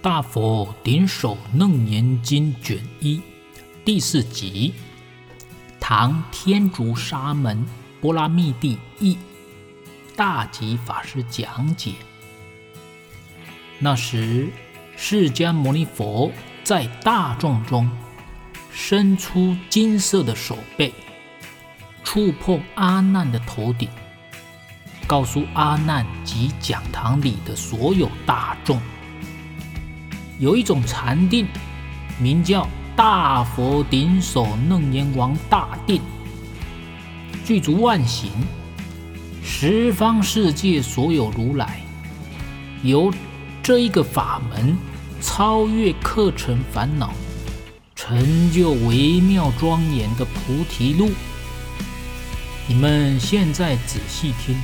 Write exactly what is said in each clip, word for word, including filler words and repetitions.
大佛顶首楞严经卷一第四集，唐天竺沙门波拉蜜帝译，大吉法师讲解。那时，释迦牟尼佛在大众中伸出金色的手背，触碰阿难的头顶，告诉阿难及讲堂里的所有大众，有一种禅定，名叫大佛顶首楞严王大定，具足万行，十方世界所有如来，由这一个法门超越客尘烦恼，成就微妙庄严的菩提路。你们现在仔细听，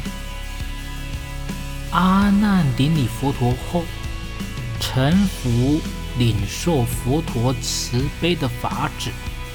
阿难顶礼佛陀后，臣服领受佛陀慈悲的法旨。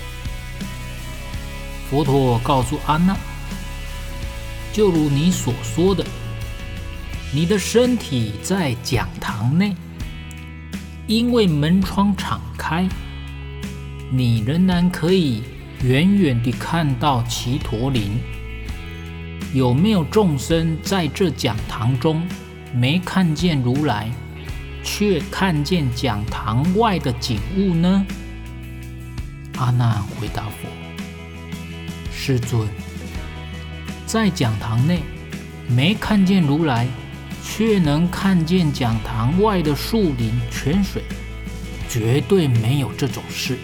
佛陀告诉阿难，就如你所说的，你的身体在讲堂内，因为门窗敞开，你仍然可以远远地看到祇陀林。有没有众生在这讲堂中没看见如来，却看见讲堂外的景物呢？阿难回答佛：世尊，在讲堂内没看见如来，却能看见讲堂外的树林泉水，绝对没有这种事。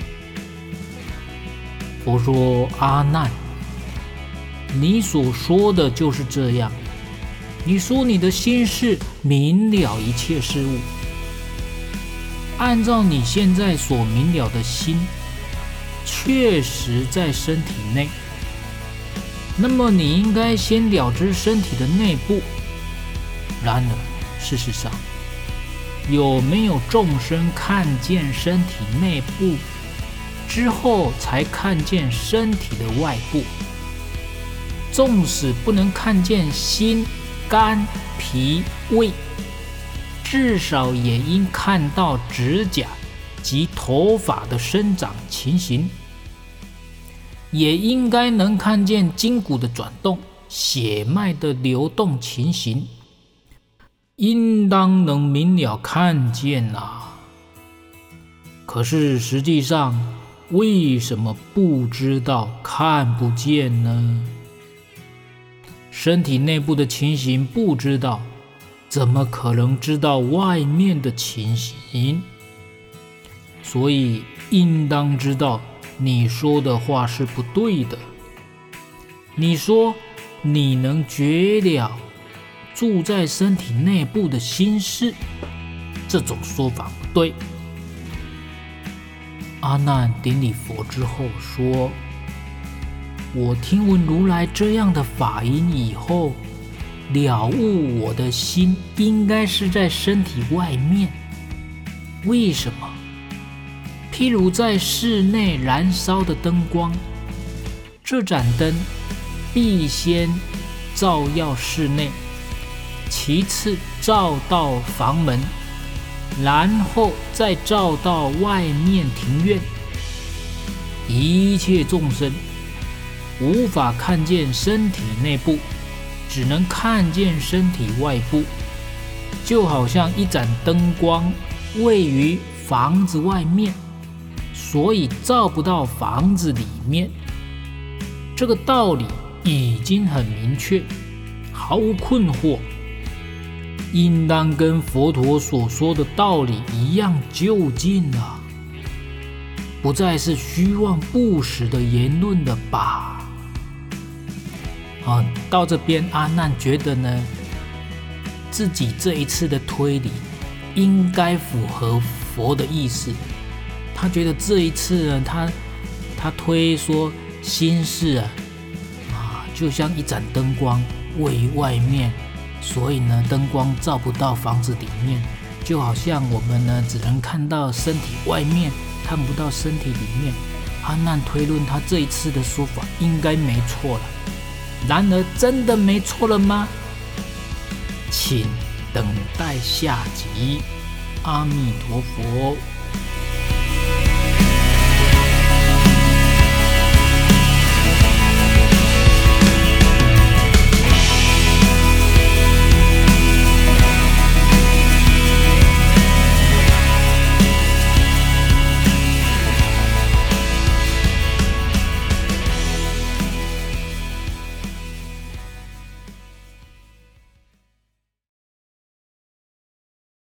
佛说：阿难，你所说的就是这样。你说你的心事明了一切事物，按照你现在所明了的心，确实在身体内，那么你应该先了知身体的内部。然而事实上，有没有众生看见身体内部之后才看见身体的外部？纵使不能看见心、肝、脾、胃，至少也应看到指甲及头发的生长情形，也应该能看见筋骨的转动、血脉的流动情形，应当能明了看见啊。可是实际上，为什么不知道、看不见呢？身体内部的情形不知道，怎么可能知道外面的情形？所以应当知道你说的话是不对的。你说你能觉了住在身体内部的心事，这种说法不对。阿难顶礼佛之后说：我听闻如来这样的法音以后，了悟我的心应该是在身体外面。为什么？譬如在室内燃烧的灯光，这盏灯必先照耀室内，其次照到房门，然后再照到外面庭院。一切众生无法看见身体内部，只能看见身体外部，就好像一盏灯光位于房子外面，所以照不到房子里面。这个道理已经很明确，毫无困惑，应当跟佛陀所说的道理一样究竟了，不再是虚妄不实的言论了吧？啊，到这边阿难觉得呢，自己这一次的推理应该符合佛的意思。他觉得这一次呢，他他推说心事啊，啊，就像一盏灯光位于外面，所以呢，灯光照不到房子里面，就好像我们呢只能看到身体外面，看不到身体里面。阿难推论他这一次的说法应该没错了。然而真的没错了吗？请等待下集。 阿弥陀佛。